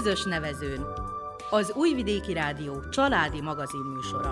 közös nevezőn. Az Újvidéki Rádió családi magazinműsora.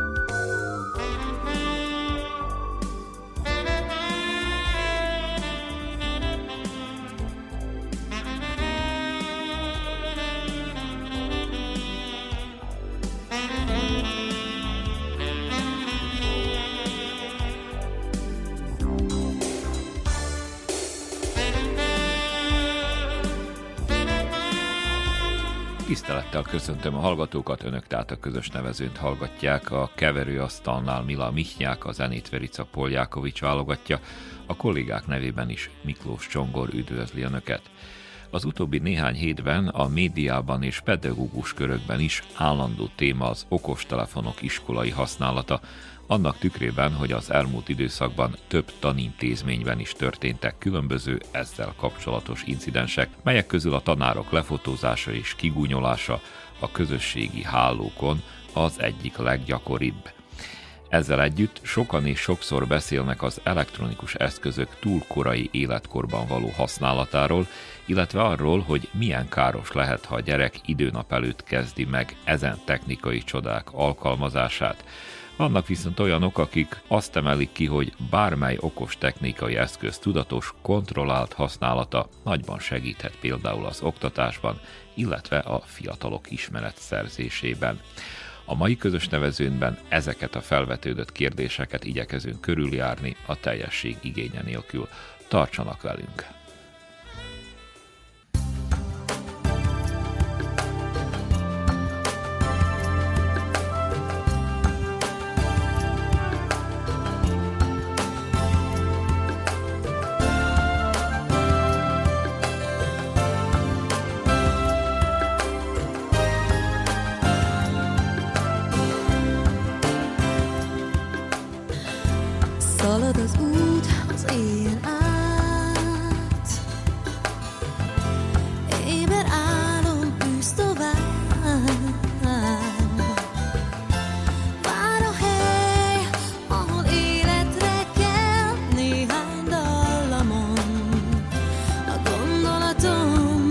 Tisztelettel köszöntöm a hallgatókat, önök tehát a közös nevezőnt hallgatják, a keverőasztalnál Mila Michnyák, a zenét Verica Poljákovics válogatja, a kollégák nevében is Miklós Csongor üdvözli önöket. Az utóbbi néhány hétben a médiában és pedagógus körökben is állandó téma az okostelefonok iskolai használata, annak tükrében, hogy az elmúlt időszakban több tanintézményben is történtek különböző ezzel kapcsolatos incidensek, melyek közül a tanárok lefotózása és kigúnyolása a közösségi hálókon az egyik leggyakoribb. Ezzel együtt sokan és sokszor beszélnek az elektronikus eszközök túl korai életkorban való használatáról, illetve arról, hogy milyen káros lehet, ha a gyerek időnap előtt kezdi meg ezen technikai csodák alkalmazását. Vannak viszont olyanok, akik azt emelik ki, hogy bármely okos technikai eszköz tudatos, kontrollált használata nagyban segíthet például az oktatásban, illetve a fiatalok ismeretszerzésében. A mai közös nevezőnkben ezeket a felvetődött kérdéseket igyekezünk körüljárni a teljesség igénye nélkül. Tartsanak velünk! Szalad az út az éjjel át, éber álom űz tovább. Vár a hely, ahol életre kell néhány dallamon a gondolatom.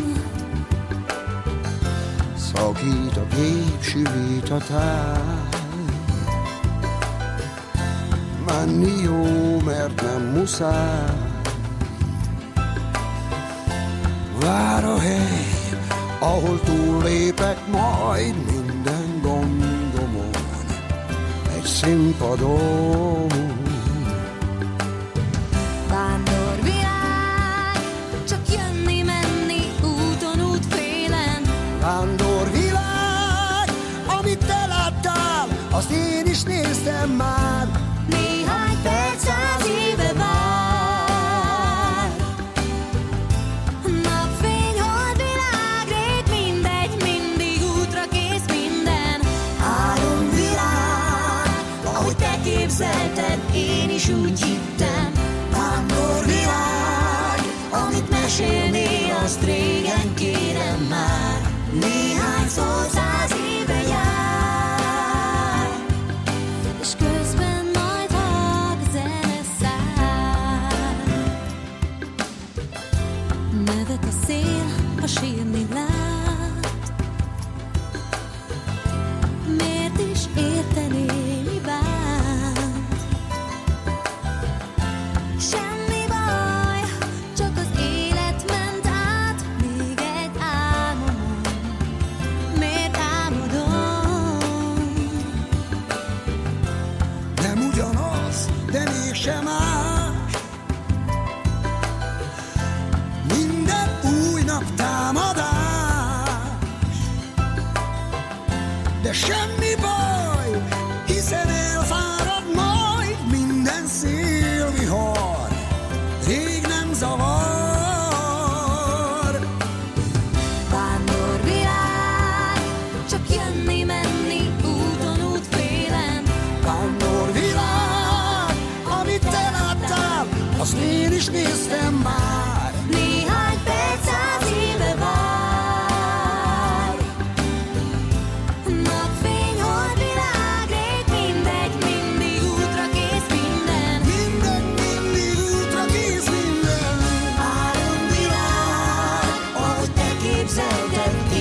Szakít a gép, sűvít a tár, menni jó, mert nem muszáj. Vár a hely, ahol túllépek majd minden gondomon, egy színpadon. Vándorvilág, csak jönni-menni úton, útfélen. Vándorvilág, amit te láttál, azt én is néztem már. Néhány perc 100 éve vár. Napfény, holdvilág, rég mindegy, mindig útra kész minden. Álomvilág, ahogy te képzelted, én is úgy hittem. Vándorvilág, amit mesélnél, azt régen kérem már. Néhány szó 100 éve jár, és közben nevet a szél, ha sírni lát. Miért is értené, mi bánt? Semmi baj, csak az élet ment át még egy álmomon. Miért álmodom? Nem ugyanaz, de mégsem más. Minden új nap támadás, de semmi baj, hiszen elfárad majd minden szélvihar, rég nem zavar. Vándorvilág, csak jönni-menni úton, útfélen. Vándorvilág, amit te láttál, azt én is néztem már. Néhány perc 100 éve vár. Napfény, holdvilág, rég mindegy, mindig útra kész minden. Minden, mindig útra kész minden. Álomvilág, ahogy te képzelted,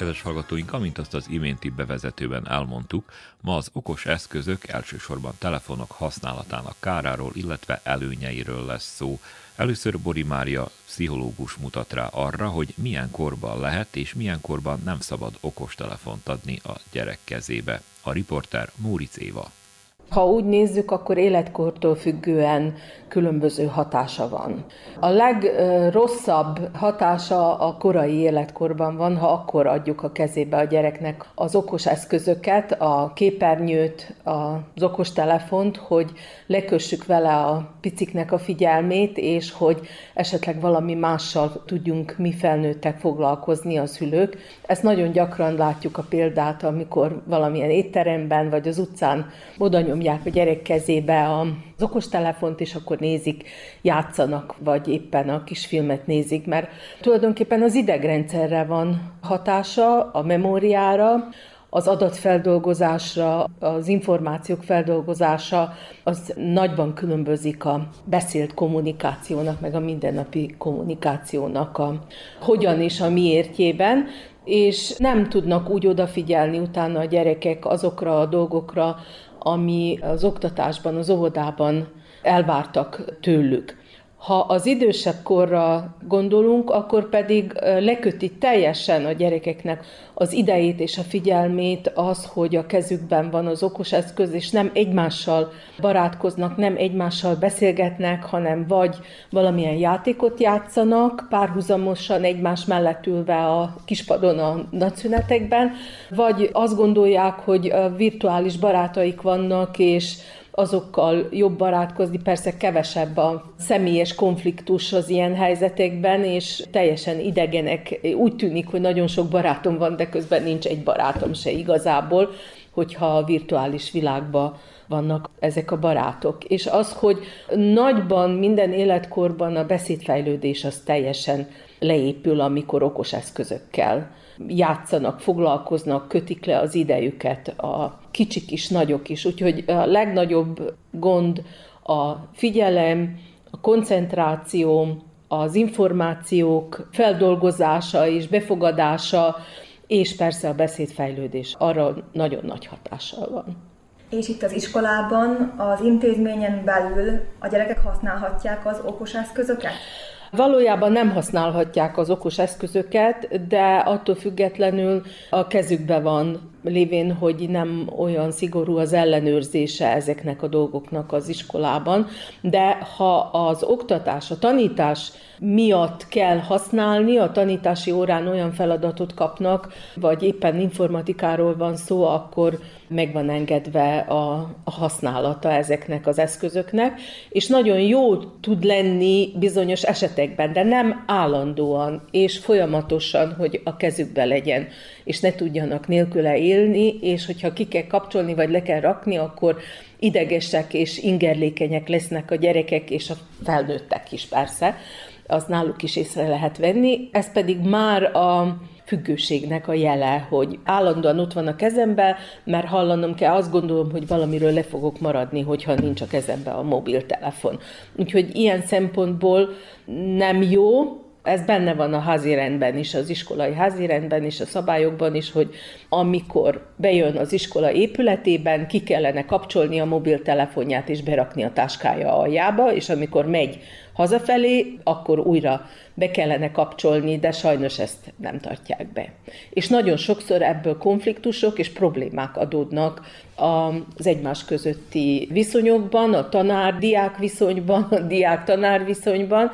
Kedves hallgatóink, amint azt az iménti bevezetőben elmondtuk, ma az okos eszközök, elsősorban telefonok használatának káráról, illetve előnyeiről lesz szó. Először Bori Mária pszichológus mutat rá arra, hogy milyen korban lehet és milyen korban nem szabad okostelefont adni a gyerek kezébe. A riporter Móricz Éva. Ha úgy nézzük, akkor életkortól függően különböző hatása van. A legrosszabb hatása a korai életkorban van, ha akkor adjuk a kezébe a gyereknek az okos eszközöket, a képernyőt, az okostelefont, hogy lekössük vele a piciknek a figyelmét, és hogy esetleg valami mással tudjunk mi felnőttek foglalkozni a szülők. Ezt nagyon gyakran látjuk a példát, amikor valamilyen étteremben vagy az utcán oda nyomják a gyerek kezébe az okostelefont, és akkor nézik, játszanak, vagy éppen a kisfilmet nézik, mert tulajdonképpen az idegrendszerre van hatása, a memóriára, az adatfeldolgozásra, az információk feldolgozása, az nagyban különbözik a beszélt kommunikációnak, meg a mindennapi kommunikációnak a hogyan és a miértjében, és nem tudnak úgy odafigyelni utána a gyerekek azokra a dolgokra, ami az oktatásban, az óvodában elvártak tőlük. Ha az idősebb korra gondolunk, akkor pedig leköti teljesen a gyerekeknek az idejét és a figyelmét az, hogy a kezükben van az okos eszköz, és nem egymással barátkoznak, nem egymással beszélgetnek, hanem vagy valamilyen játékot játszanak, párhuzamosan egymás mellett ülve a kispadon a nagyszünetekben, vagy azt gondolják, hogy virtuális barátaik vannak, és azokkal jobb barátkozni, persze kevesebb a személyes konfliktus az ilyen helyzetekben, és teljesen idegenek. Úgy tűnik, hogy nagyon sok barátom van, de közben nincs egy barátom se igazából, hogyha a virtuális világban vannak ezek a barátok. És az, hogy nagyban minden életkorban a beszédfejlődés az teljesen leépül, amikor okos eszközökkel játszanak, foglalkoznak, kötik le az idejüket, a kicsik is, nagyok is. Úgyhogy a legnagyobb gond a figyelem, a koncentráció, az információk feldolgozása és befogadása, és persze a beszédfejlődés. Arra nagyon nagy hatással van. És itt az iskolában, az intézményen belül a gyerekek használhatják az okos eszközöket? Valójában nem használhatják az okos eszközöket, de attól függetlenül a kezükben van, lévén, hogy nem olyan szigorú az ellenőrzése ezeknek a dolgoknak az iskolában, de ha az oktatás, a tanítás miatt kell használni, a tanítási órán olyan feladatot kapnak, vagy éppen informatikáról van szó, akkor meg van engedve a használata ezeknek az eszközöknek, és nagyon jó tud lenni bizonyos esetekben, de nem állandóan és folyamatosan, hogy a kezükbe legyen, és ne tudjanak nélküle élni, és hogyha ki kell kapcsolni, vagy le kell rakni, akkor idegesek és ingerlékenyek lesznek a gyerekek, és a felnőttek is persze, az náluk is észre lehet venni. Ez pedig már a függőségnek a jele, hogy állandóan ott van a kezemben, mert hallanom kell, azt gondolom, hogy valamiről le fogok maradni, hogyha nincs a kezemben a mobiltelefon. Úgyhogy ilyen szempontból nem jó. Ez benne van a házirendben is, az iskolai házirendben is, a szabályokban is, hogy amikor bejön az iskola épületében, ki kellene kapcsolni a mobiltelefonját és berakni a táskája aljába, és amikor megy hazafelé, akkor újra be kellene kapcsolni, de sajnos ezt nem tartják be. És nagyon sokszor ebből konfliktusok és problémák adódnak az egymás közötti viszonyokban, a tanár-diák viszonyban, a diák-tanár viszonyban,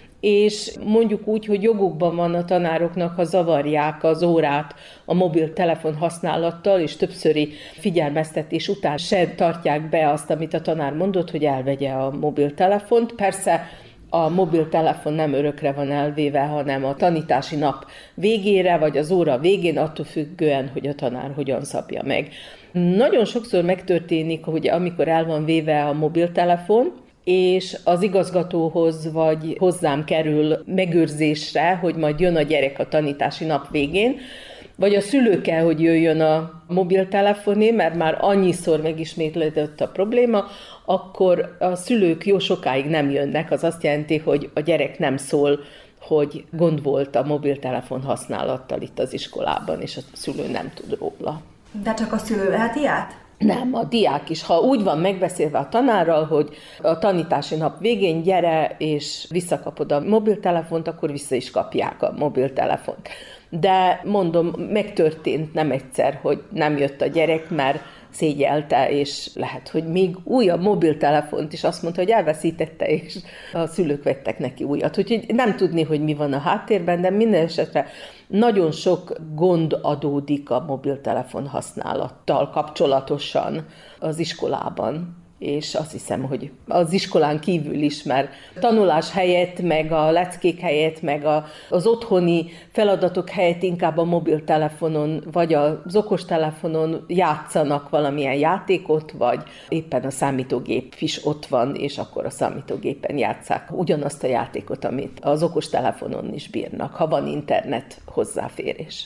és mondjuk úgy, hogy jogukban van a tanároknak, ha zavarják az órát a mobiltelefon használattal, és többszöri figyelmeztetés után sem tartják be azt, amit a tanár mondott, hogy elvegye a mobiltelefont. Persze a mobiltelefon nem örökre van elvéve, hanem a tanítási nap végére, vagy az óra végén, attól függően, hogy a tanár hogyan szabja meg. Nagyon sokszor megtörténik, hogy amikor el van véve a mobiltelefon, és az igazgatóhoz vagy hozzám kerül megőrzésre, hogy majd jön a gyerek a tanítási nap végén, vagy a szülő kell, hogy jöjjön a mobiltelefoné, mert már annyiszor megismétlődött a probléma, akkor a szülők jó sokáig nem jönnek, az azt jelenti, hogy a gyerek nem szól hogy gond volt a mobiltelefon használattal itt az iskolában, és a szülő nem tud róla. De csak a szülő veheti át? Nem, a diák is. Ha úgy van megbeszélve a tanárral, hogy a tanítási nap végén gyere, és visszakapod a mobiltelefont, akkor vissza is kapják a mobiltelefont. De mondom, megtörtént nem egyszer, hogy nem jött a gyerek, mert szégyelte, és lehet, hogy még újabb mobiltelefont is azt mondta, hogy elveszítette, és a szülők vettek neki újat. Úgyhogy nem tudni, hogy mi van a háttérben, de minden esetre nagyon sok gond adódik a mobiltelefon használattal kapcsolatosan az iskolában. És azt hiszem, hogy az iskolán kívül is, mert tanulás helyett, meg a leckék helyett, meg az otthoni feladatok helyett inkább a mobiltelefonon, vagy az okostelefonon játszanak valamilyen játékot, vagy éppen a számítógép is ott van, és akkor a számítógépen játsszák ugyanazt a játékot, amit az okostelefonon is bírnak, ha van internet hozzáférés.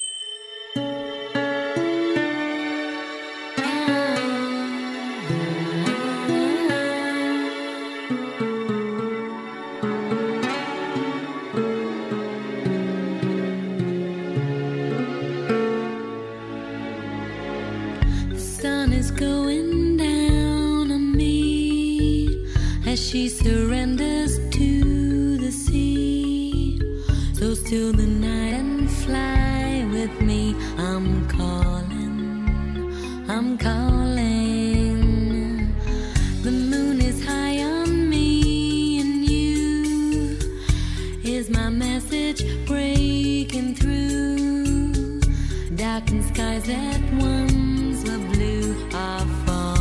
She surrenders to the sea. So still the night and fly with me. I'm calling. The moon is high on me and you. Is my message breaking through? Darkened skies that once were blue are falling.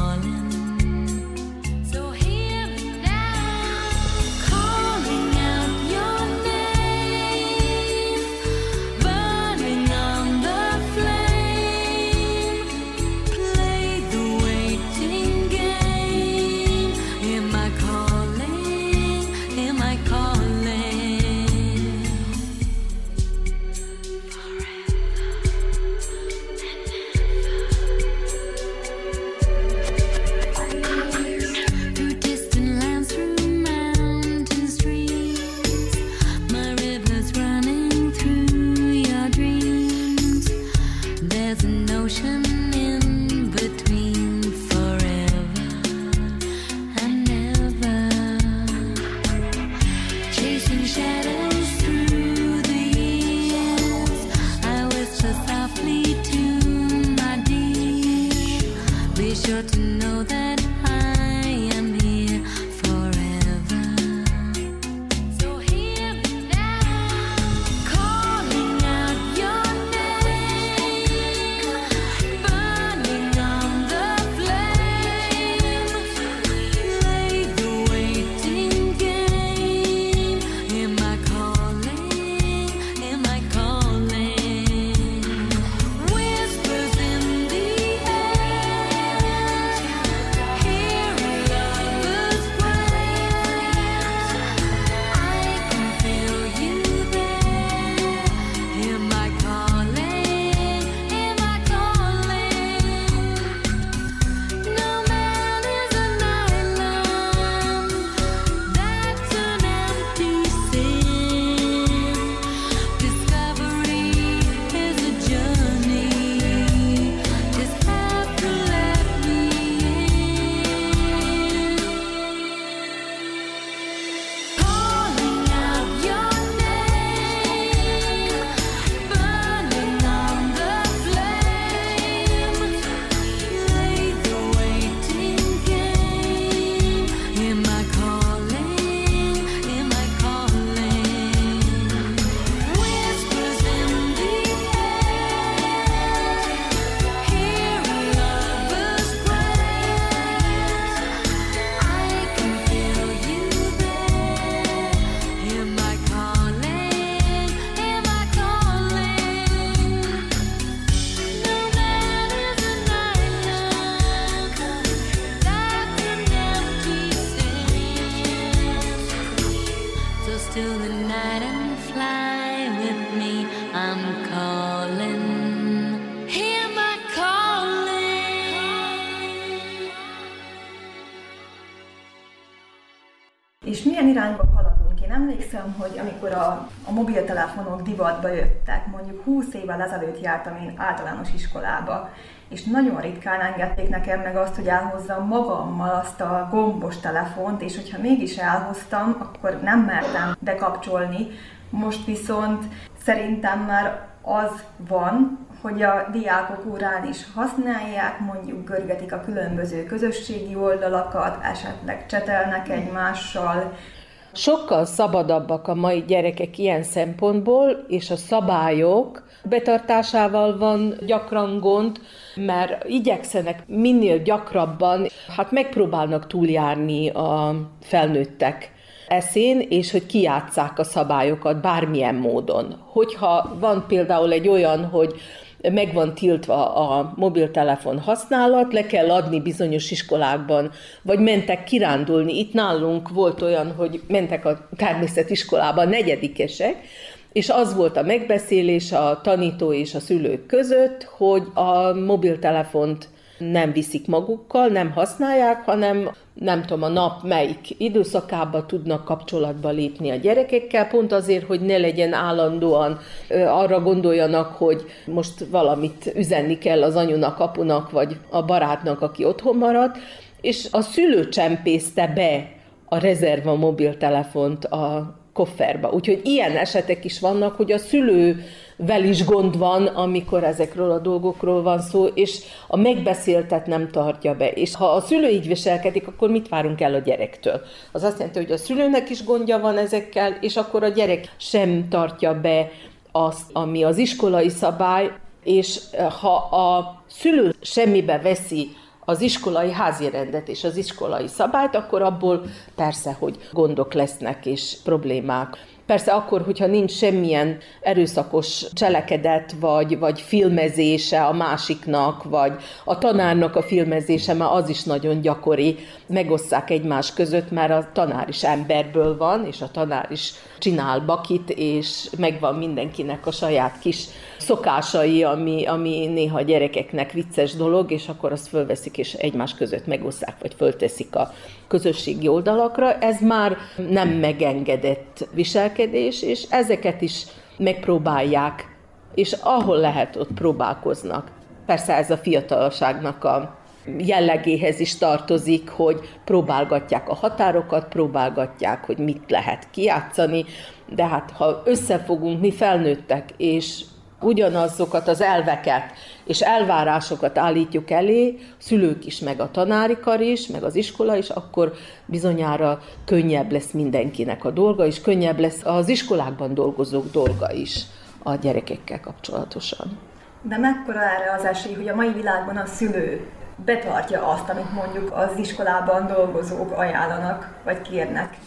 És milyen irányba haladunk? Én emlékszem, hogy amikor a mobiltelefonok divatba jöttek, mondjuk 20 évvel ezelőtt jártam én általános iskolába, és nagyon ritkán engedték nekem meg azt, hogy elhozzam magammal azt a gombos telefont, és hogyha mégis elhoztam, akkor nem mertem bekapcsolni. Most viszont szerintem már az van, hogy a diákok órán is használják, mondjuk görgetik a különböző közösségi oldalakat, esetleg csetelnek egymással. Sokkal szabadabbak a mai gyerekek ilyen szempontból, és a szabályok betartásával van gyakran gond, mert igyekszenek minél gyakrabban, megpróbálnak túljárni a felnőttek eszén, és hogy kijátsszák a szabályokat bármilyen módon. Hogyha van például egy olyan, hogy meg van tiltva a mobiltelefon használat, le kell adni bizonyos iskolákban, vagy mentek kirándulni. Itt nálunk volt olyan, hogy mentek a természetiskolába negyedikesek, és az volt a megbeszélés a tanító és a szülők között, hogy a mobiltelefont nem viszik magukkal, nem használják, hanem nem tudom, a nap melyik időszakában tudnak kapcsolatba lépni a gyerekekkel, pont azért, hogy ne legyen állandóan arra gondoljanak, hogy most valamit üzenni kell az anyunak, apunak, vagy a barátnak, aki otthon maradt, és a szülő csempészte be a rezerva mobiltelefont a kofferba. Úgyhogy ilyen esetek is vannak, hogy a szülővel is gond van, amikor ezekről a dolgokról van szó, és a megbeszéltet nem tartja be. És ha a szülő így viselkedik, akkor mit várunk el a gyerektől? Az azt jelenti, hogy a szülőnek is gondja van ezekkel, és akkor a gyerek sem tartja be azt, ami az iskolai szabály, és ha a szülő semmibe veszi az iskolai házirendet és az iskolai szabályt, akkor abból persze, hogy gondok lesznek és problémák. Persze akkor, hogyha nincs semmilyen erőszakos cselekedet, vagy filmezése a másiknak, vagy a tanárnak a filmezése, mert az is nagyon gyakori, megosszák egymás között, mert a tanár is emberből van, és a tanár is csinál bakit, és megvan mindenkinek a saját kis szokásai, ami néha a gyerekeknek vicces dolog, és akkor azt fölveszik, és egymás között megosszák, vagy fölteszik a közösségi oldalakra. Ez már nem megengedett viselkedés, és ezeket is megpróbálják, és ahol lehet, ott próbálkoznak. Persze ez a fiatalságnak a jellegéhez is tartozik, hogy próbálgatják a határokat, próbálgatják, hogy mit lehet kijátszani, de hát ha összefogunk mi felnőttek, és ugyanazokat az elveket és elvárásokat állítjuk elé, szülők is, meg a tanári kar is, meg az iskola is, akkor bizonyára könnyebb lesz mindenkinek a dolga, és könnyebb lesz az iskolákban dolgozók dolga is a gyerekekkel kapcsolatosan. De mekkora erre az esély, hogy a mai világban a szülő betartja azt, amit mondjuk az iskolában dolgozók ajánlanak, vagy kérnek?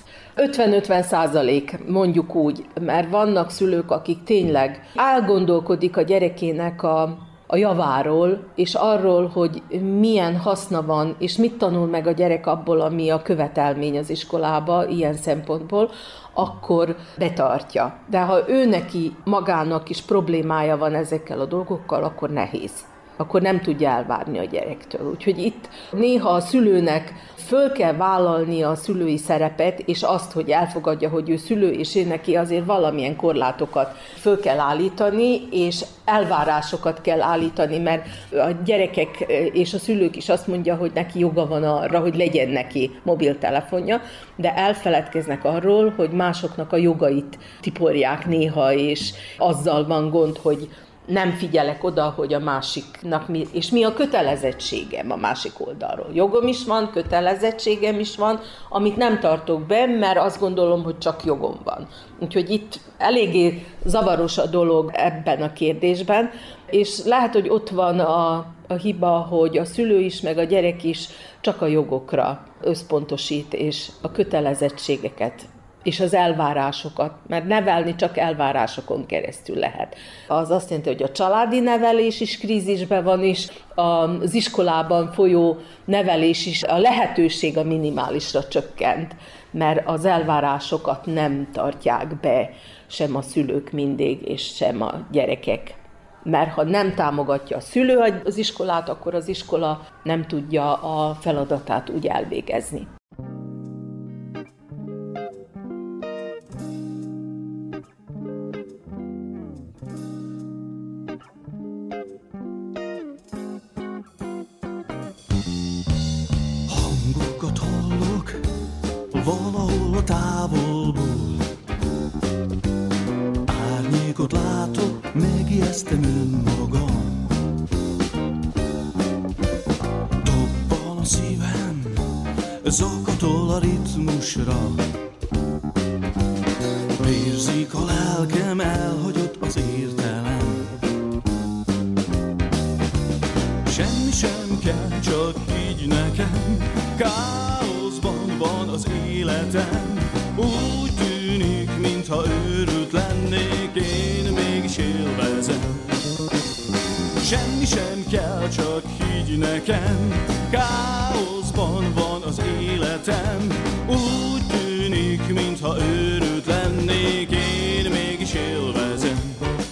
50-50%, mondjuk úgy, mert vannak szülők, akik tényleg elgondolkodik a gyerekének a javáról, és arról, hogy milyen haszna van, és mit tanul meg a gyerek abból, ami a követelmény az iskolába, ilyen szempontból, akkor betartja. De ha ő neki magának is problémája van ezekkel a dolgokkal, akkor nehéz. Akkor nem tudja elvárni a gyerektől. Úgyhogy itt néha a szülőnek föl kell vállalni a szülői szerepet, és azt, hogy elfogadja, hogy ő szülő, és ő neki azért valamilyen korlátokat föl kell állítani, és elvárásokat kell állítani, mert a gyerekek és a szülők is azt mondja, hogy neki joga van arra, hogy legyen neki mobiltelefonja, de elfeledkeznek arról, hogy másoknak a jogait tiporják néha, és azzal van gond, hogy nem figyelek oda, hogy a másiknak mi, és mi a kötelezettségem a másik oldalról. Jogom is van, kötelezettségem is van, amit nem tartok be, mert azt gondolom, hogy csak jogom van. Úgyhogy itt eléggé zavaros a dolog ebben a kérdésben, és lehet, hogy ott van a hiba, hogy a szülő is, meg a gyerek is csak a jogokra összpontosít, és a kötelezettségeket és az elvárásokat, mert nevelni csak elvárásokon keresztül lehet. Az azt jelenti, hogy a családi nevelés is krízisben van, és az iskolában folyó nevelés is, a lehetőség a minimálisra csökkent, mert az elvárásokat nem tartják be sem a szülők mindig, és sem a gyerekek. Mert ha nem támogatja a szülő az iskolát, akkor az iskola nem tudja a feladatát úgy elvégezni. valahol a távolból. Árnyékot látok, megijesztem önmagam. Dobban a szívem, zakatol a ritmusra. Vérzik a lelkem, elhagyott az értelem. Semmi sem kell, csak higgy nekem, káoszban van az életem. Úgy tűnik, mintha őrült lennék, én mégis élvezem. Semmi sem kell, csak higgy nekem, káoszban van az életem. Úgy tűnik, mintha őrült lennék, én mégis élvezem.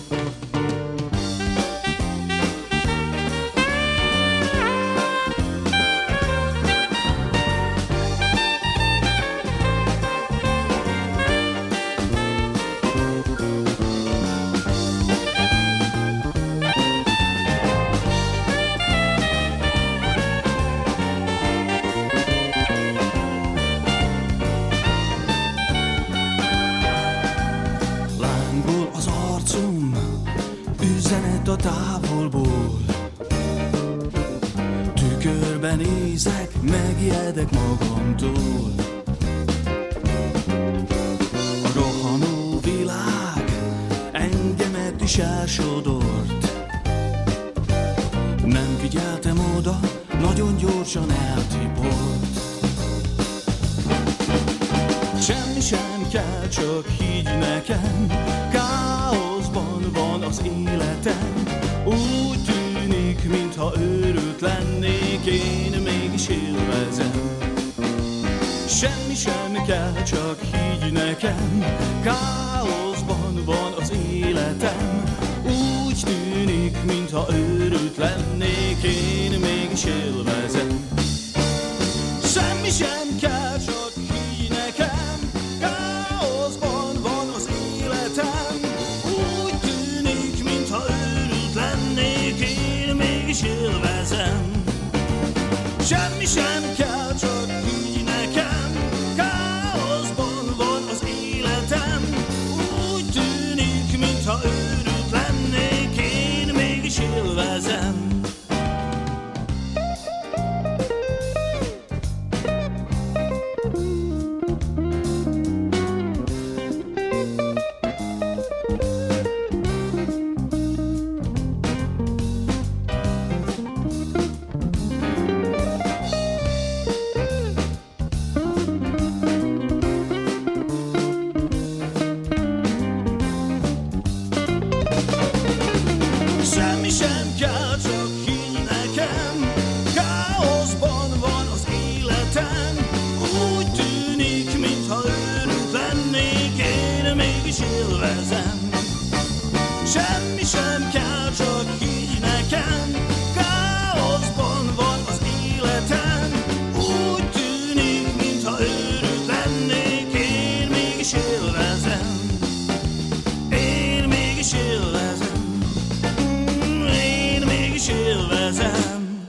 A távolból tükörben nézek, megijedek magamtól. A rohanó világ engemet is elsodort. Nem figyeltem oda, nagyon gyorsan eltiport. Semmi sem kell, csak higgy nekem, káoszban van az életem. Úgy tűnik, mintha őrült lennék, én mégis élvezem. Semmi sem kell, csak higgy nekem, káoszban van az életem. Úgy tűnik, mintha őrült lennék, én mégis élvezem. Semmi sem kell, csak higgy nekem, káoszban van az életem. Úgy tűnik, mintha őrült lennék, én mégis élvezem. Semmi sem kell, csak higgy nekem, káoszban van az életem. Úgy tűnik, mintha őrült lennék, én mégis élvezem. Semmi sem kell, csak higgy nekem, káoszban van az életem. Úgy tűnik, mintha őrült lennék, én mégis élvezem. Semmi sem kell, csak higgy nekem, káoszban van az életem. Úgy tűnik, mintha őrült lennék, én mégis élvezem. Én mégis élvezem. Élvezem.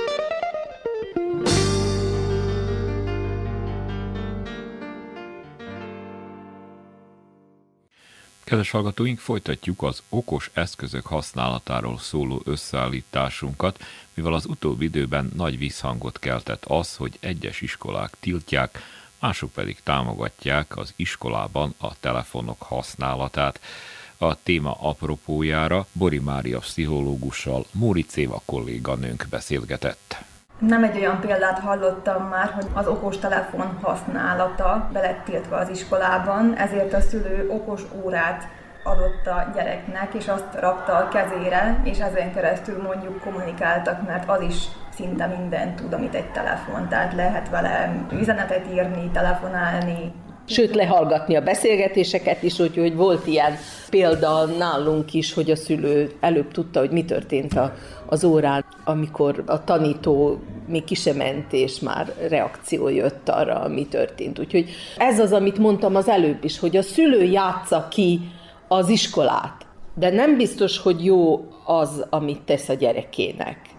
Kedves hallgatóink, folytatjuk az okos eszközök használatáról szóló összeállításunkat, mivel az utóbbi időben nagy visszhangot keltett az, hogy egyes iskolák tiltják, mások pedig támogatják az iskolában a telefonok használatát. A téma apropójára Bori Mária pszichológussal Móricz Éva kolléganőnk beszélgetett. Nem egy olyan példát hallottam már, hogy az okostelefon használata be lett tiltva az iskolában, ezért a szülő okos órát adott a gyereknek, és azt rakta a kezére, és ezen keresztül mondjuk kommunikáltak, mert az is szinte mindent tud, amit egy telefon. Tehát lehet vele üzenetet írni, telefonálni. Sőt, lehallgatni a beszélgetéseket is, úgyhogy volt ilyen példa nálunk is, hogy a szülő előbb tudta, hogy mi történt az órán, amikor a tanító még ki sem ment, és már reakció jött arra, mi történt. Úgyhogy ez az, amit mondtam az előbb is, hogy a szülő játsza ki az iskolát, de nem biztos, hogy jó az, amit tesz a gyerekének.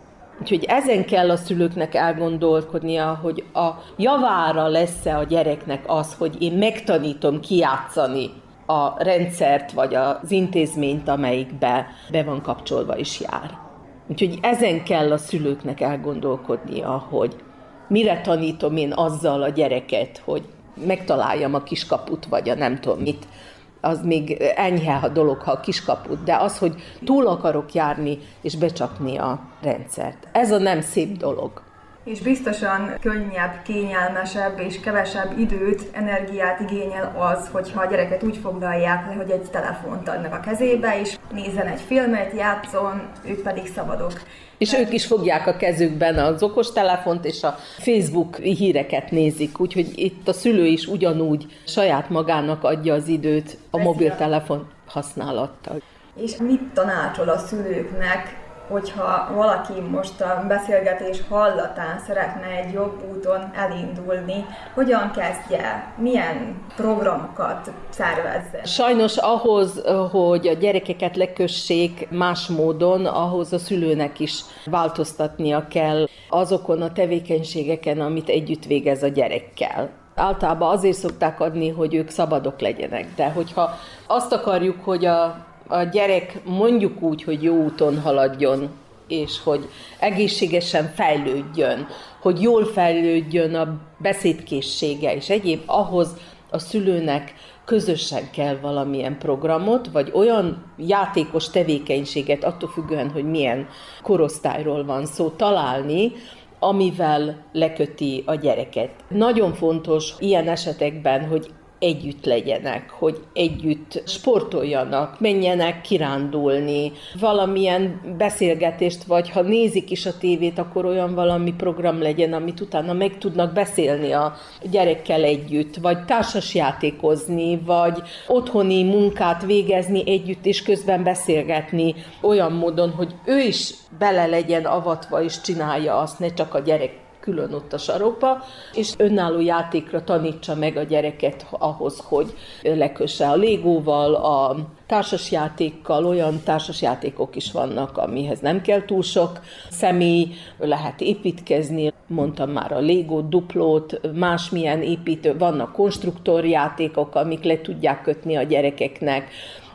Úgyhogy ezen kell a szülőknek elgondolkodnia, hogy a javára lesz-e a gyereknek az, hogy én megtanítom kijátszani a rendszert vagy az intézményt, amelyikbe be van kapcsolva és jár. Úgyhogy ezen kell a szülőknek elgondolkodnia, hogy mire tanítom én azzal a gyereket, hogy megtaláljam a kiskaput, vagy a nem tudom mit. Az még enyhe a dolog, ha a kiskaput, de az, hogy túl akarok járni és becsapni a rendszert. Ez a nem szép dolog. És biztosan könnyebb, kényelmesebb és kevesebb időt, energiát igényel az, hogyha a gyereket úgy foglalják le, hogy egy telefont adnak a kezébe, és nézzen egy filmet, játszon, ők pedig szabadok. És ők is fogják a kezükben az okostelefont, és a Facebook híreket nézik, úgyhogy itt a szülő is ugyanúgy saját magának adja az időt a mobiltelefon használattal. És mit tanácsol a szülőknek, hogyha valaki most a beszélgetés hallatán szeretne egy jobb úton elindulni, hogyan kezdje, milyen programokat szervezze? Sajnos ahhoz, hogy a gyerekeket lekössék más módon, ahhoz a szülőnek is változtatnia kell azokon a tevékenységeken, amit együtt végez a gyerekkel. Általában azért szokták adni, hogy ők szabadok legyenek, de hogyha azt akarjuk, hogy a gyerek mondjuk úgy, hogy jó úton haladjon, és hogy egészségesen fejlődjön, hogy jól fejlődjön a beszédkészsége és egyéb, ahhoz a szülőnek közösen kell valamilyen programot, vagy olyan játékos tevékenységet, attól függően, hogy milyen korosztályról van szó, találni, amivel leköti a gyereket. Nagyon fontos ilyen esetekben, hogy együtt legyenek, hogy együtt sportoljanak, menjenek kirándulni, valamilyen beszélgetést, vagy ha nézik is a tévét, akkor olyan valami program legyen, amit utána meg tudnak beszélni a gyerekkel együtt, vagy társasjátékozni, vagy otthoni munkát végezni együtt, és közben beszélgetni olyan módon, hogy ő is bele legyen avatva, és csinálja azt, ne csak a gyerek külön ott a sarokba, és önálló játékra tanítsa meg a gyereket ahhoz, hogy lekösse a Legóval, a társasjátékkal. Olyan társasjátékok is vannak, amihez nem kell túl sok személy, lehet építkezni, mondtam már a Lego duplót, másmilyen építő, vannak konstruktorjátékok, amik le tudják kötni a gyerekeknek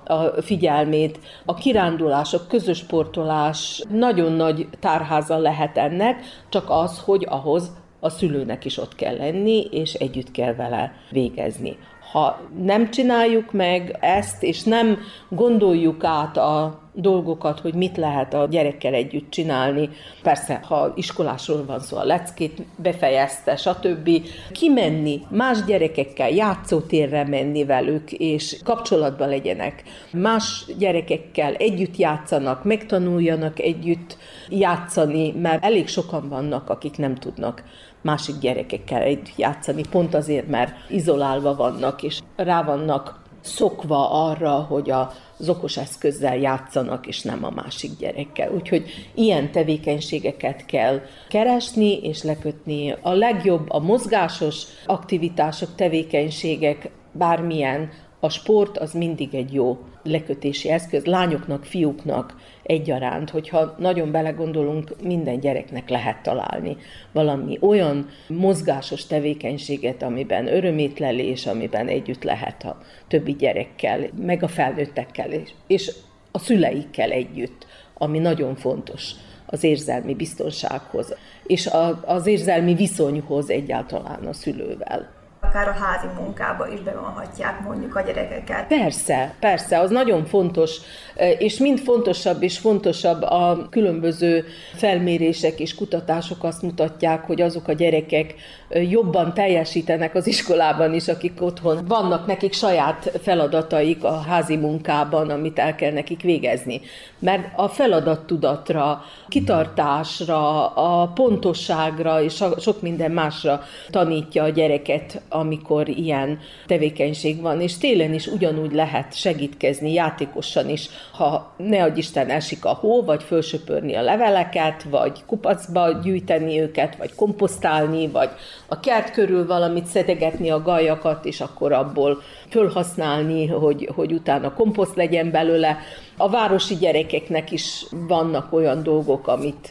a figyelmét. A kirándulás, a közös sportolás nagyon nagy tárháza lehet ennek, csak az, hogy ahhoz a szülőnek is ott kell lenni, és együtt kell vele végezni. Ha nem csináljuk meg ezt, és nem gondoljuk át a dolgokat, hogy mit lehet a gyerekkel együtt csinálni, persze, ha iskolásról van szó, a leckét befejezte, stb. Kimenni, más gyerekekkel játszótérre menni velük, és kapcsolatban legyenek. Más gyerekekkel együtt játszanak, megtanuljanak együtt játszani, mert elég sokan vannak, akik nem tudnak másik gyerekekkel együtt játszani, pont azért, mert izolálva vannak, és rá vannak szokva arra, hogy az okos eszközzel játszanak, és nem a másik gyerekkel. Úgyhogy ilyen tevékenységeket kell keresni és lekötni. A legjobb a mozgásos aktivitások, tevékenységek, bármilyen. A sport az mindig egy jó lekötési eszköz, lányoknak, fiúknak egyaránt, hogyha nagyon belegondolunk, minden gyereknek lehet találni valami olyan mozgásos tevékenységet, amiben örömétlelés, amiben együtt lehet a többi gyerekkel, meg a felnőttekkel, és a szüleikkel együtt, ami nagyon fontos az érzelmi biztonsághoz, és az érzelmi viszonyhoz egyáltalán a szülővel. Akár a házi munkába is bevonhatják mondjuk a gyerekeket. Persze, az nagyon fontos, és mind fontosabb és fontosabb a különböző felmérések és kutatások azt mutatják, hogy azok a gyerekek jobban teljesítenek az iskolában is, akik otthon vannak, nekik saját feladataik a házi munkában, amit el kell nekik végezni. Mert a feladattudatra, kitartásra, a pontosságra és sok minden másra tanítja a gyereket, amikor ilyen tevékenység van, és télen is ugyanúgy lehet segítkezni játékosan is, ha ne adj Isten esik a hó, vagy fölsöpörni a leveleket, vagy kupacba gyűjteni őket, vagy komposztálni, vagy a kert körül valamit szedegetni a gajakat, és akkor abból fölhasználni, hogy utána komposzt legyen belőle. A városi gyerekeknek is vannak olyan dolgok, amit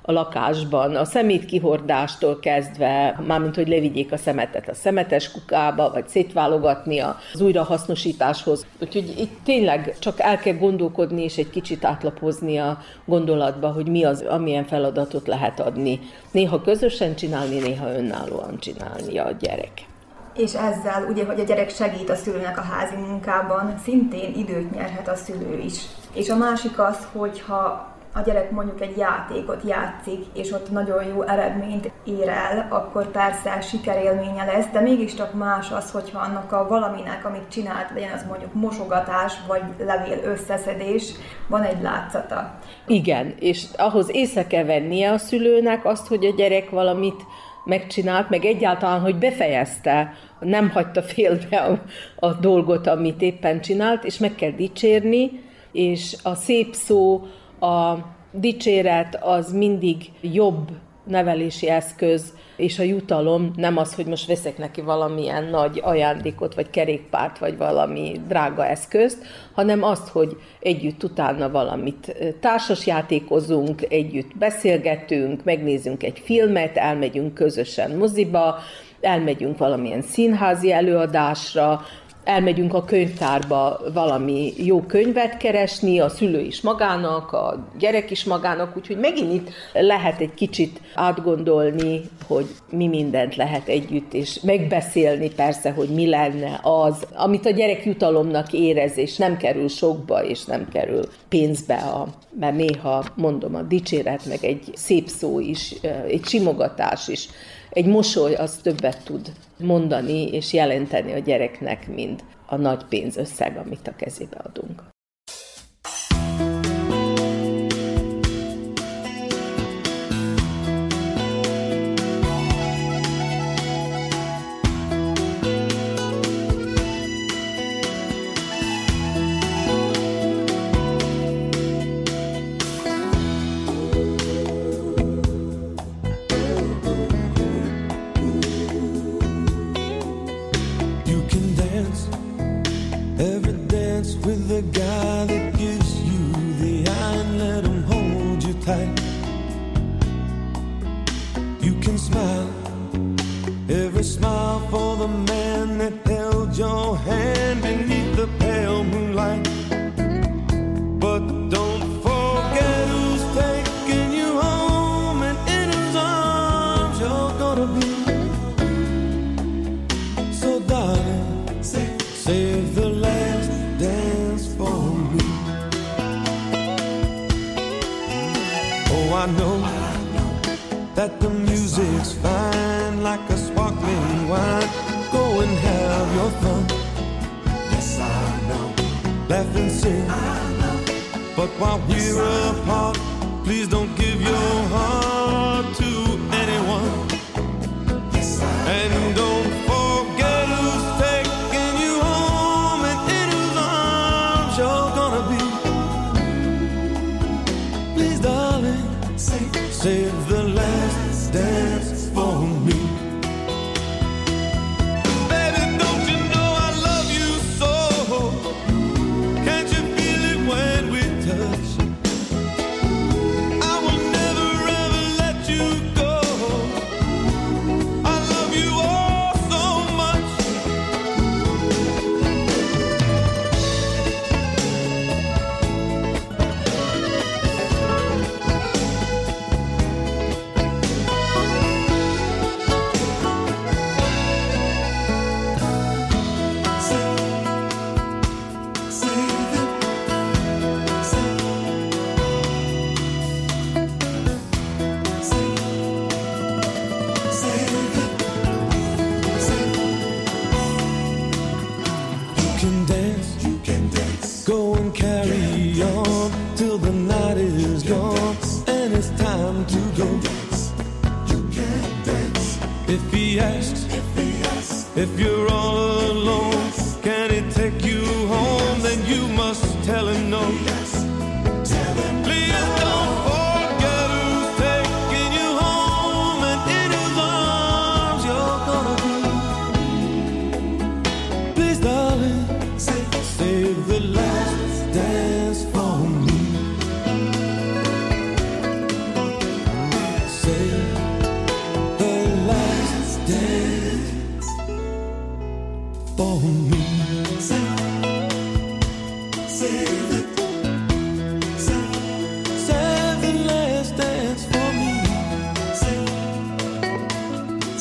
a lakásban, a szemétkihordástól kezdve, mármint hogy levigyék a szemetet a szemetes kukába, vagy szétválogatni az újrahasznosításhoz. Úgyhogy itt tényleg csak el kell gondolkodni, és egy kicsit átlapozni a gondolatba, hogy mi az, amilyen feladatot lehet adni. Néha közösen csinálni, néha önállóan csinálni a gyerek. És ezzel, ugye, hogy a gyerek segít a szülőnek a házi munkában, szintén időt nyerhet a szülő is. És a másik az, hogyha a gyerek mondjuk egy játékot játszik, és ott nagyon jó eredményt ér el, akkor persze sikerélménye lesz, de mégiscsak más az, hogyha annak a valaminek, amit csinált, legyen az mondjuk mosogatás, vagy levél összeszedés, van egy látszata. Igen, és ahhoz észre kell vennie a szülőnek azt, hogy a gyerek valamit megcsinált, meg egyáltalán, hogy befejezte, nem hagyta félbe a dolgot, amit éppen csinált, és meg kell dicsérni, és a szép szó, a dicséret az mindig jobb nevelési eszköz, és a jutalom nem az, hogy most veszek neki valamilyen nagy ajándékot, vagy kerékpárt, vagy valami drága eszközt, hanem azt, hogy együtt utána valamit társasjátékozunk, együtt beszélgetünk, megnézünk egy filmet, elmegyünk közösen moziba, elmegyünk valamilyen színházi előadásra, elmegyünk a könyvtárba valami jó könyvet keresni, a szülő is magának, a gyerek is magának, úgyhogy megint itt lehet egy kicsit átgondolni, hogy mi mindent lehet együtt, és megbeszélni persze, hogy mi lenne az, amit a gyerek jutalomnak érez, és nem kerül sokba, és nem kerül pénzbe, mert néha, mondom, a dicséret, meg egy szép szó is, egy simogatás is, egy mosoly az többet tud mondani és jelenteni a gyereknek, mint a nagy pénzösszeg, amit a kezébe adunk.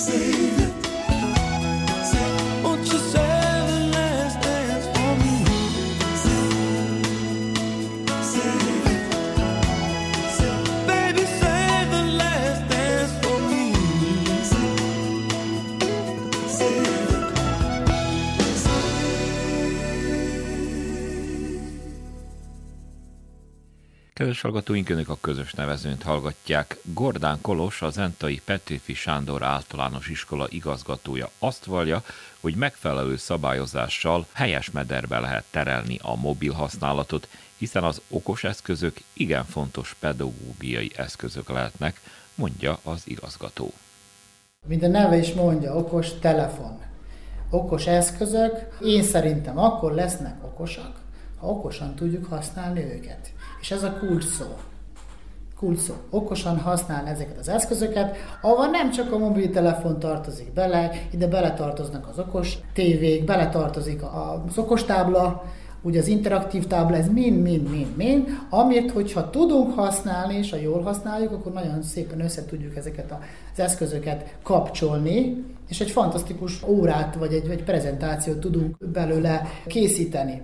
Kedves hallgatóink, önök a közös nevezőnt hallgatják. Gordán Kolos, a zentai Petőfi Sándor általános iskola igazgatója azt vallja, hogy megfelelő szabályozással helyes mederbe lehet terelni a mobil használatot, hiszen az okos eszközök igen fontos pedagógiai eszközök lehetnek, mondja az igazgató. Mint a neve is mondja, okos telefon. Okos eszközök, én szerintem akkor lesznek okosak, ha okosan tudjuk használni őket. És ez a kulcs szó. Okosan használni ezeket az eszközöket, ahol nem csak a mobiltelefon tartozik bele, ide beletartoznak az okos tévék, beletartozik az okos tábla, ugye az interaktív tábla, ez mind, amit, hogyha tudunk használni, és ha jól használjuk, akkor nagyon szépen össze tudjuk ezeket az eszközöket kapcsolni, és egy fantasztikus órát, vagy egy prezentációt tudunk belőle készíteni.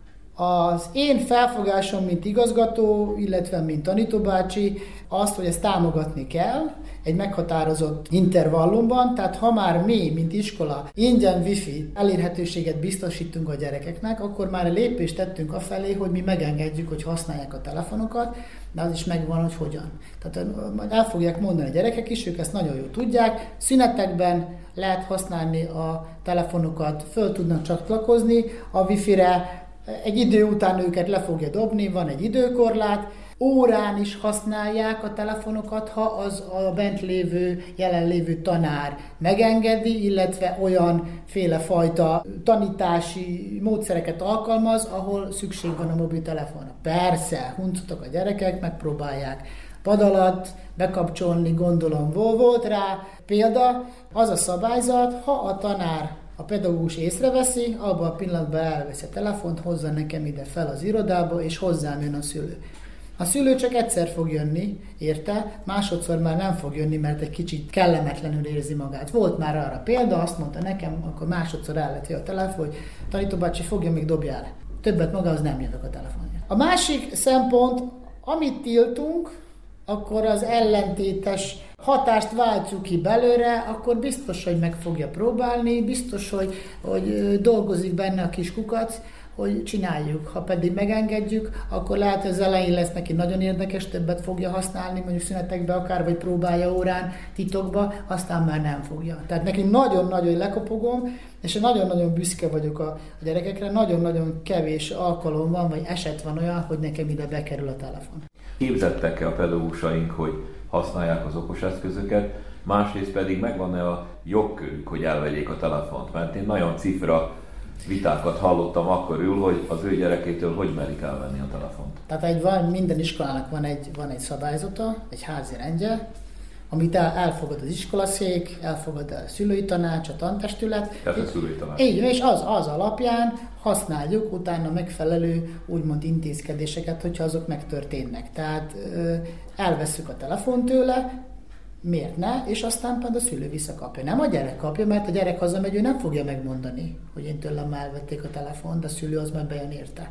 Az én felfogásom, mint igazgató, illetve mint tanítóbácsi, azt, hogy ezt támogatni kell egy meghatározott intervallumban, tehát ha már mi, mint iskola, ingyen wifi elérhetőséget biztosítunk a gyerekeknek, akkor már lépést tettünk afelé, hogy mi megengedjük, hogy használják a telefonokat, de az is megvan, hogy hogyan. Tehát el fogják mondani a gyerekek is, ők ezt nagyon jól tudják, szünetekben lehet használni a telefonokat, föl tudnak csatlakozni a wifi-re, egy idő után őket le fogja dobni, van egy időkorlát, órán is használják a telefonokat, ha az a bent lévő, jelenlévő tanár megengedi, illetve olyan fajta tanítási módszereket alkalmaz, ahol szükség van a mobiltelefonra. Persze, huncutak a gyerekek, megpróbálják pad alatt bekapcsolni, gondolom volt rá. Példa, az a szabályzat, ha a tanár, a pedagógus észreveszi, abban a pillanatban elveszi a telefont, hozza nekem ide fel az irodába, és hozzám jön a szülő. A szülő csak egyszer fog jönni, érte, másodszor már nem fog jönni, mert egy kicsit kellemetlenül érzi magát. Volt már arra példa, azt mondta nekem, akkor másodszor elveti a telefon, hogy tanítóbácsi, fogja, még dobja el. Többet magához nem jövök a telefonja. A másik szempont, amit tiltunk, akkor az ellentétes hatást váltjuk ki belőle, akkor biztos, hogy meg fogja próbálni, biztos, hogy dolgozik benne a kis kukac, hogy csináljuk. Ha pedig megengedjük, akkor lehet, hogy az elején lesz neki nagyon érdekes, többet fogja használni, mondjuk szünetekbe akár, vagy próbálja órán, titokba, aztán már nem fogja. Tehát neki nagyon-nagyon lekopogom, és nagyon-nagyon büszke vagyok a gyerekekre, nagyon-nagyon kevés alkalom van, vagy eset van olyan, hogy nekem ide bekerül a telefon. Képzettek-e a pedagógusaink, hogy használják az okos eszközöket, másrészt pedig megvan-e a jogkörük, hogy elvegyék a telefont? Mert én nagyon cifra vitákat hallottam akkor hogy az ő gyerekétől hogy merik elvenni a telefont. Tehát minden iskolának van egy szabályzata, egy házi rendje, amit elfogad az iskolaszék, elfogad a szülői tanács, a tantestület. Tehát a szülői tanács. Így, és az alapján használjuk utána megfelelő úgymond intézkedéseket, hogyha azok megtörténnek. Tehát elvesszük a telefont tőle, miért ne, és aztán pedig a szülő visszakapja. Nem a gyerek kapja, mert a gyerek hazamegy, ő nem fogja megmondani, hogy én tőlem elvették a telefont, de a szülő az már bejön érte.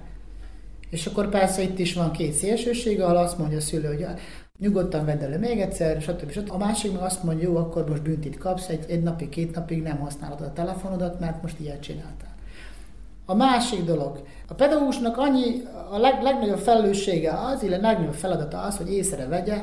És akkor persze itt is van két szélsőség, ahol azt mondja a szülő, hogy nyugodtan vedd elő még egyszer, stb. A másik meg azt mondja, jó, akkor most büntit kapsz, egy napig, 2 napig nem használod a telefonodat, mert most ilyet csináltál. A másik dolog, a pedagógusnak a legnagyobb felelőssége az, illetve legnagyobb feladata az, hogy észrevegye,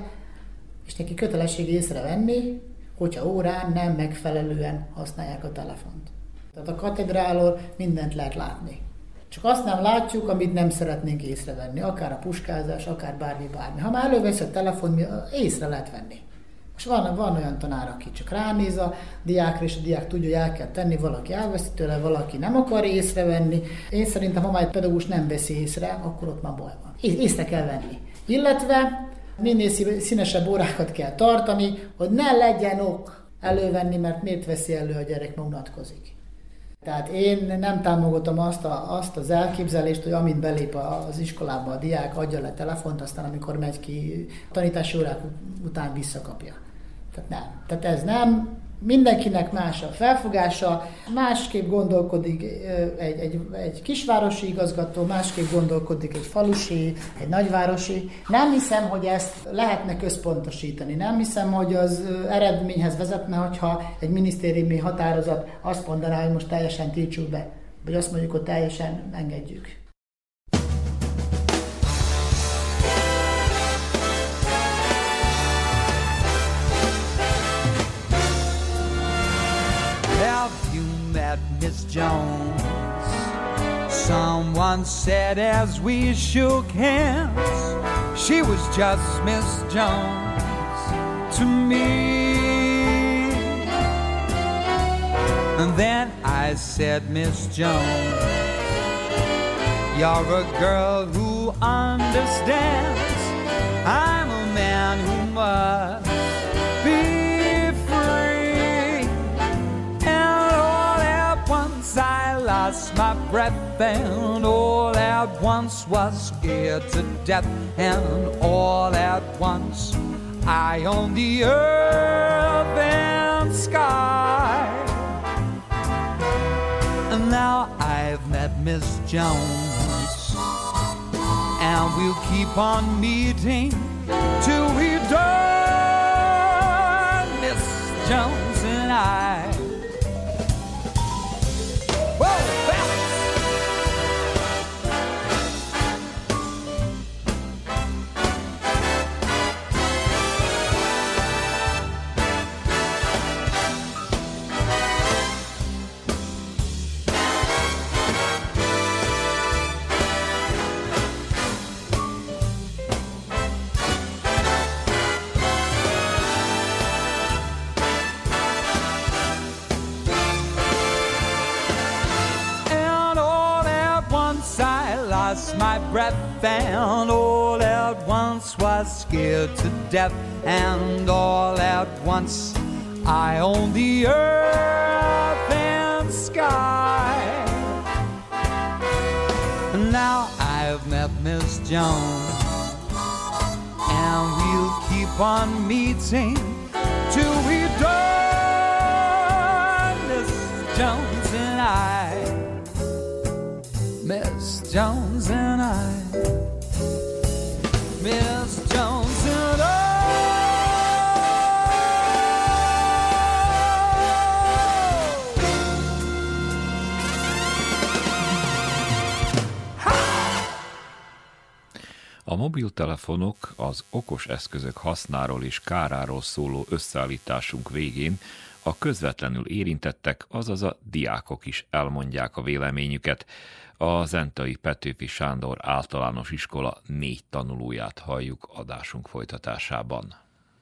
és neki kötelessége észrevenni, hogyha órán nem megfelelően használják a telefont. Tehát a katedrálon mindent lehet látni. Csak azt nem látjuk, amit nem szeretnénk észrevenni, akár a puskázás, akár bármi. Ha már elővesz a telefon, észre lehet venni. Most van olyan tanár, aki csak ránéz a diákra, és a diák tudja, hogy el kell tenni, valaki elveszi tőle, valaki nem akar észrevenni. Én szerintem, ha már egy pedagógus nem veszi észre, akkor ott már baj van. Észre kell venni. Illetve minél színesebb órákat kell tartani, hogy ne legyen ok elővenni, mert miért veszi elő a gyerek, mert unatkozik. Tehát én nem támogatom azt az elképzelést, hogy amint belép az iskolába a diák, adja le telefont, aztán amikor megy ki tanítási órák után visszakapja. Tehát nem. Tehát ez nem. Mindenkinek más a felfogása, másképp gondolkodik egy kisvárosi igazgató, másképp gondolkodik egy falusi, egy nagyvárosi. Nem hiszem, hogy ezt lehetne központosítani. Nem hiszem, hogy az eredményhez vezetne, hogyha egy minisztériumi határozat azt mondaná, hogy most teljesen tiltsuk be, vagy azt mondjuk, hogy teljesen engedjük. Miss Jones, someone said as we shook hands, she was just Miss Jones to me. And then I said, Miss Jones, you're a girl who understands. I'm a man who must be I lost my breath and all at once was scared to death, and all at once I owned the earth and sky. And now I've met Miss Jones, and we'll keep on meeting till we're done, Miss Jones and I. My breath and all at once was scared to death, and all at once I own the earth and sky. Now I've met Miss Jones, and we'll keep on meeting till we're done, Miss Jones and I. Miss Jones and I, Miss Jones and I. A mobiltelefonok az okos eszközök hasznáról és káráról szóló összeállításunk végén a közvetlenül érintettek, azaz a diákok is elmondják a véleményüket. A Zentai Petőfi Sándor Általános Iskola 4 tanulóját halljuk adásunk folytatásában.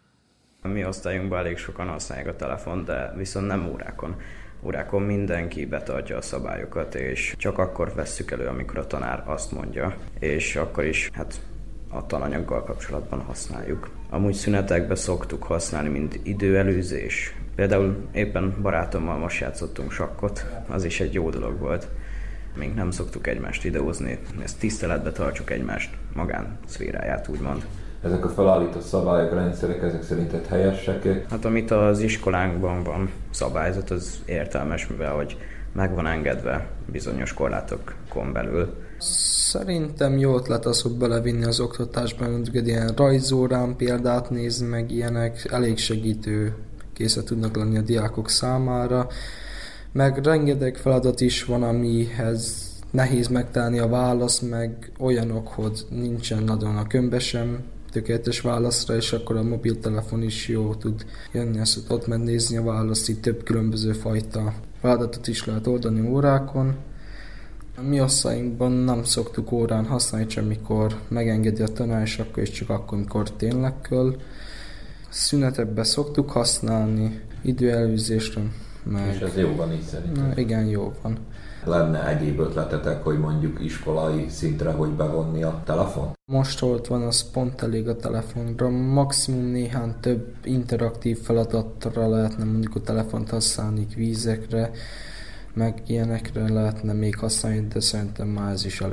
A mi osztályunkban elég sokan használják a telefont, de viszont nem órákon. Órákon mindenki betartja a szabályokat, és csak akkor vesszük elő, amikor a tanár azt mondja, és akkor is a tananyaggal kapcsolatban használjuk. Amúgy szünetekben szoktuk használni, mint időelőzés. Például éppen barátommal most játszottunk sakkot, az is egy jó dolog volt. Még nem szoktuk egymást videózni, ezt tiszteletbe tartsuk egymást magánszféráját, úgymond. Ezek a felállított szabályok, rendszerek, ezek szerinted helyesek? Hát amit az iskolánkban van szabályzat, az értelmes, mivel hogy meg van engedve bizonyos korlátokon belül. Szerintem jó ötlet az, hogy belevinni az oktatásban, mondjuk egy ilyen rajzórán példát nézni, meg ilyenek, elég segítő készek tudnak lenni a diákok számára. Meg rengeteg feladat is van, amihez nehéz megtalálni a választ, meg olyanok, hogy nincsen nagyon a könyvben sem tökéletes válaszra, és akkor a mobiltelefon is jó tud jönni, ezt ott megnézni a választ, így több különböző fajta feladatot is lehet oldani órákon. A mi osztályunkban nem szoktuk órán használni, csak amikor megengedi a tanár, és akkor is csak akkor, amikor tényleg kell. Szünetekben szoktuk használni, időelőzésre. És ez jó van így szerintem? Igen, jó van. Lenne egyéb ötletetek, hogy mondjuk iskolai szintre, hogy bevonni a telefon? Most ott van, az pont elég a telefonra. Maximum néhány több interaktív feladatra lehetne mondjuk a telefont használni, kvízekre, meg ilyenekre lehetne még használni, de szerintem már ez is elég.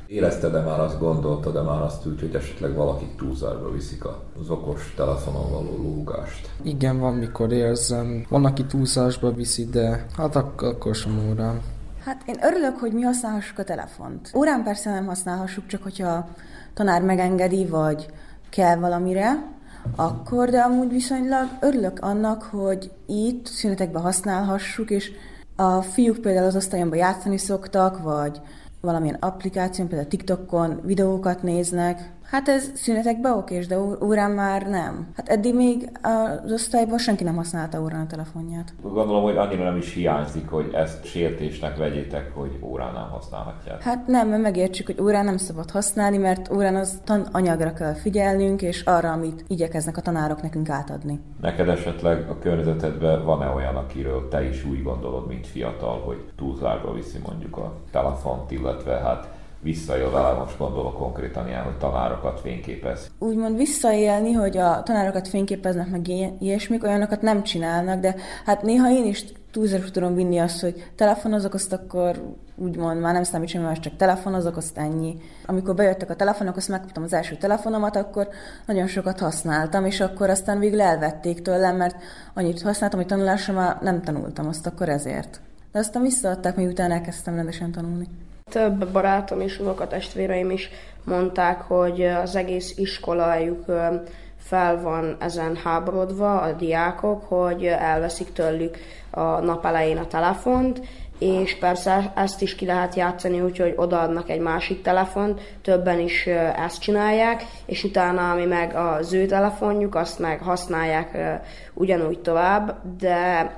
Érezted-e már azt, gondoltad-e már azt úgy, hogy esetleg valakik túlzásba viszik az okos telefonon való lógást? Igen, van mikor érzem. Van, aki túlzásba viszi, de hát akkor sem órán. Hát én örülök, hogy mi használhassuk a telefont. Órán persze nem használhassuk, csak hogyha tanár megengedi, vagy kell valamire, akkor, de amúgy viszonylag örülök annak, hogy itt szünetekben használhassuk, és a fiúk például az osztályomban játszani szoktak, vagy valamilyen applikáción, például TikTokon videókat néznek. Hát ez szünetekben okés, de órán már nem. Hát eddig még az osztályban senki nem használta órán a telefonját. Gondolom, hogy annyira nem is hiányzik, hogy ezt sértésnek vegyétek, hogy órán nem használhatják. Hát nem, mert megértsük, hogy órán nem szabad használni, mert órán az tananyagra kell figyelnünk, és arra, amit igyekeznek a tanárok nekünk átadni. Neked esetleg a környezetedben van-e olyan, akiről te is úgy gondolod, mint fiatal, hogy túlzásba viszi mondjuk a telefont, illetve hát visszaél vele, most gondolok konkrétan ilyen, hogy tanárokat fényképez. Úgymond visszaélni, hogy a tanárokat fényképeznek, meg ilyesmik, olyanokat nem csinálnak, de hát néha én is túlzásba tudom vinni azt, hogy telefonozok, azt akkor úgymond már nem számít semmi más, csak telefonozok, azt ennyi. Amikor bejöttek a telefonok, azt megkaptam az első telefonomat, akkor nagyon sokat használtam, és akkor aztán végül elvették tőlem, mert annyit használtam, hogy tanulásra már nem tanultam, azt akkor ezért. De aztán visszaadták, miután elkezdtem rendesen tanulni. Több barátom és unokatestvéreim is mondták, hogy az egész iskolajuk fel van ezen háborodva, a diákok, hogy elveszik tőlük a nap elején a telefont, és persze ezt is ki lehet játszani, úgyhogy odaadnak egy másik telefont, többen is ezt csinálják, és utána, ami meg az ő telefonjuk, azt meg használják ugyanúgy tovább, de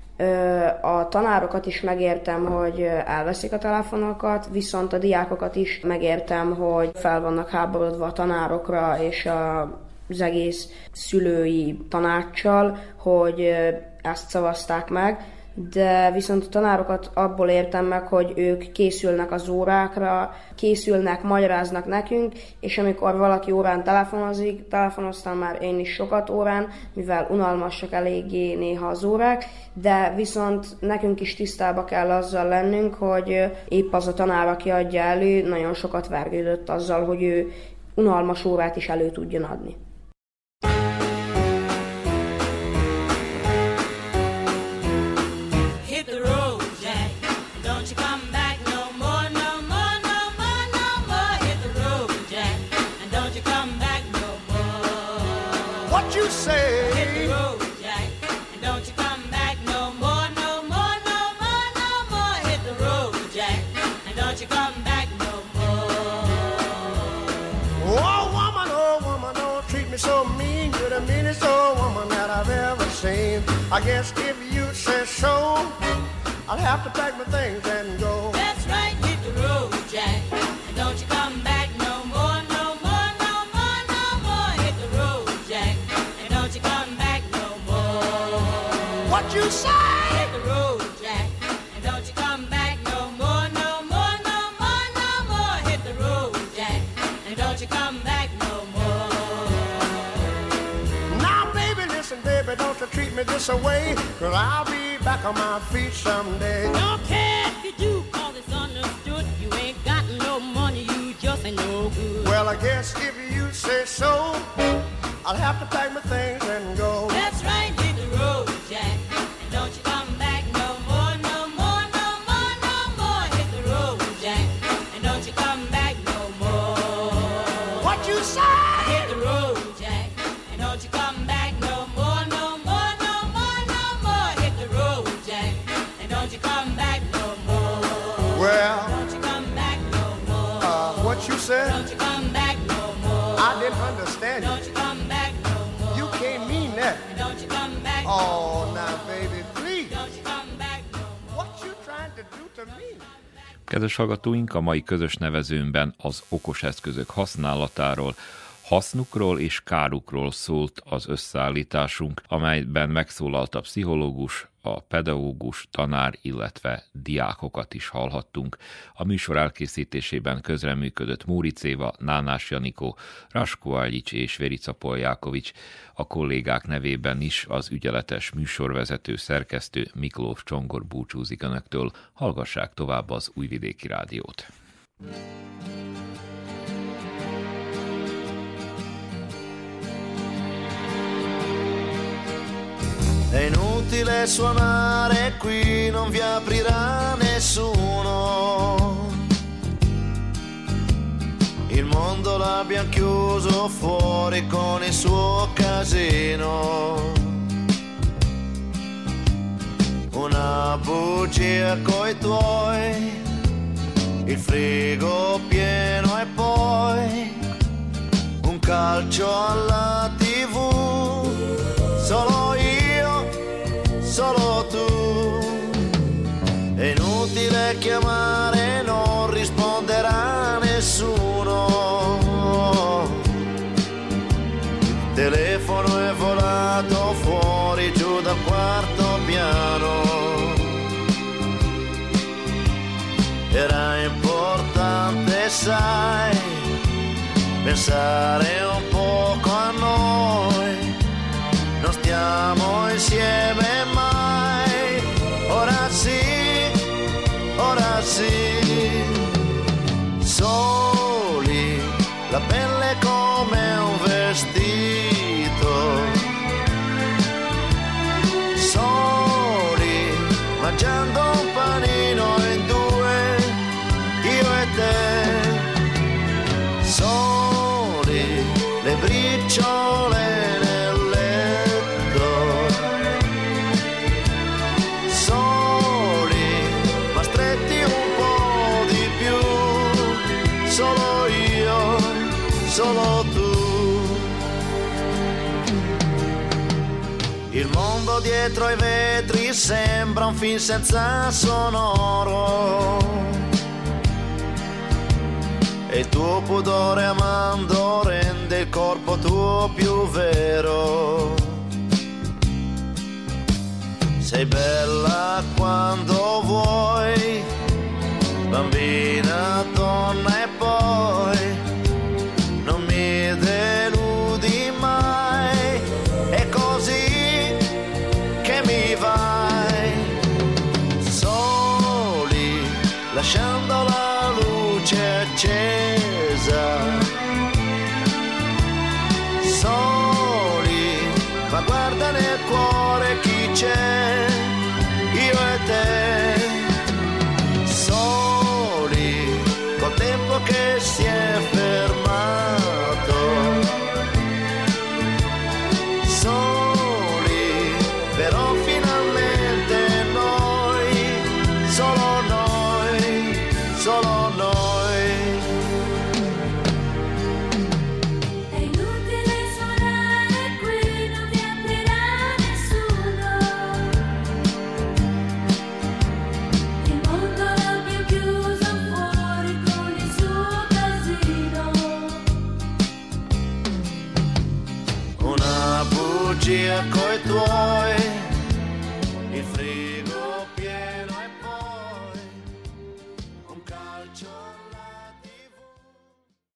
a tanárokat is megértem, hogy elveszik a telefonokat, viszont a diákokat is megértem, hogy fel vannak háborodva a tanárokra és az egész szülői tanácssal, hogy ezt szavazták meg, de viszont a tanárokat abból értem meg, hogy ők készülnek az órákra, készülnek, magyaráznak nekünk, és amikor valaki órán telefonoztam már én is sokat órán, mivel unalmasak eléggé néha az órák, de viszont nekünk is tisztába kell azzal lennünk, hogy épp az a tanár, aki adja elő, nagyon sokat vergődött azzal, hogy ő unalmas órát is elő tudjon adni. I guess if you say so, I'll have to pack my things and go. That's right, hit the road, Jack. And don't you come back no more, no more, no more, no more. Hit the road, Jack. And don't you come back no more. What you say? Hit the road, Jack. And don't you come back no more, no more, no more, no more. Hit the road, Jack. And don't you come back no more. Now, baby, listen, baby, don't you treat me this away, 'cause I'll be back on my feet someday. Don't care if you do, 'cause it's understood. You ain't got no money, you just ain't no good. Well, I guess if you say so, I'll have to pack my things and go. That's right, hit the road, Jack. And don't you come back no more, no more, no more, no more. Hit the road, Jack. And don't you come back no more. What you say? Hit the road, Jack. And don't you come back no more, no more, no more, no more. Hit the road, Jack. And don't you come back no more. Well, don't you come back no more. What you said? Don't you come back no more. I didn't understand Don't you come back no more. You can't mean that. Don't you come back no Oh, more. now, baby, please. Don't you come back no more. What you trying to do to me? Kedves hallgatóink, a mai közös nevezőnkben az okos eszközök használatáról, hasznukról és kárukról szólt az összeállításunk, amelyben megszólalt a pszichológus, a pedagógus, tanár, illetve diákokat is hallhattunk. A műsor elkészítésében közreműködött Móricz Éva, Nánás Janikó, Raskó Aljics és Verica Poljákovics. A kollégák nevében is az ügyeletes műsorvezető szerkesztő Miklós Csongor búcsúzik önöktől. Hallgassák tovább az Újvidéki Rádiót. inutile suonare qui, non vi aprirà nessuno. Il mondo l'abbiamo chiuso fuori con il suo casino. Una bugia coi tuoi, il frigo pieno e poi un calcio alla TV. Solo io, solo tu. È inutile chiamare, non risponderà nessuno. Il telefono è volato fuori giù dal quarto piano. Era importante, sai, pensare un poco a noi. Non stiamo insieme mai. Ora sì, ora sì. Soli, la pelle come un vestito. Soli, mangiando un panino in due, io e te. Soli, le briciole nel letto. Soli, ma stretti un po' di più. Solo io, solo tu. Il mondo dietro ai vetri sembra un film senza sonoro. E il tuo pudore amando rende il corpo tuo più vero. Sei bella quando vuoi, bambina, donna e poi non mi deludi mai. È così che mi vai. Soli, lasciando la luce accesa. Soli, ma guarda nel cuore chi c'è, io e te. Soli, col tempo che si è fermato. Soli, però finalmente noi, solo noi, solo noi. Coi tuoi, il freddo.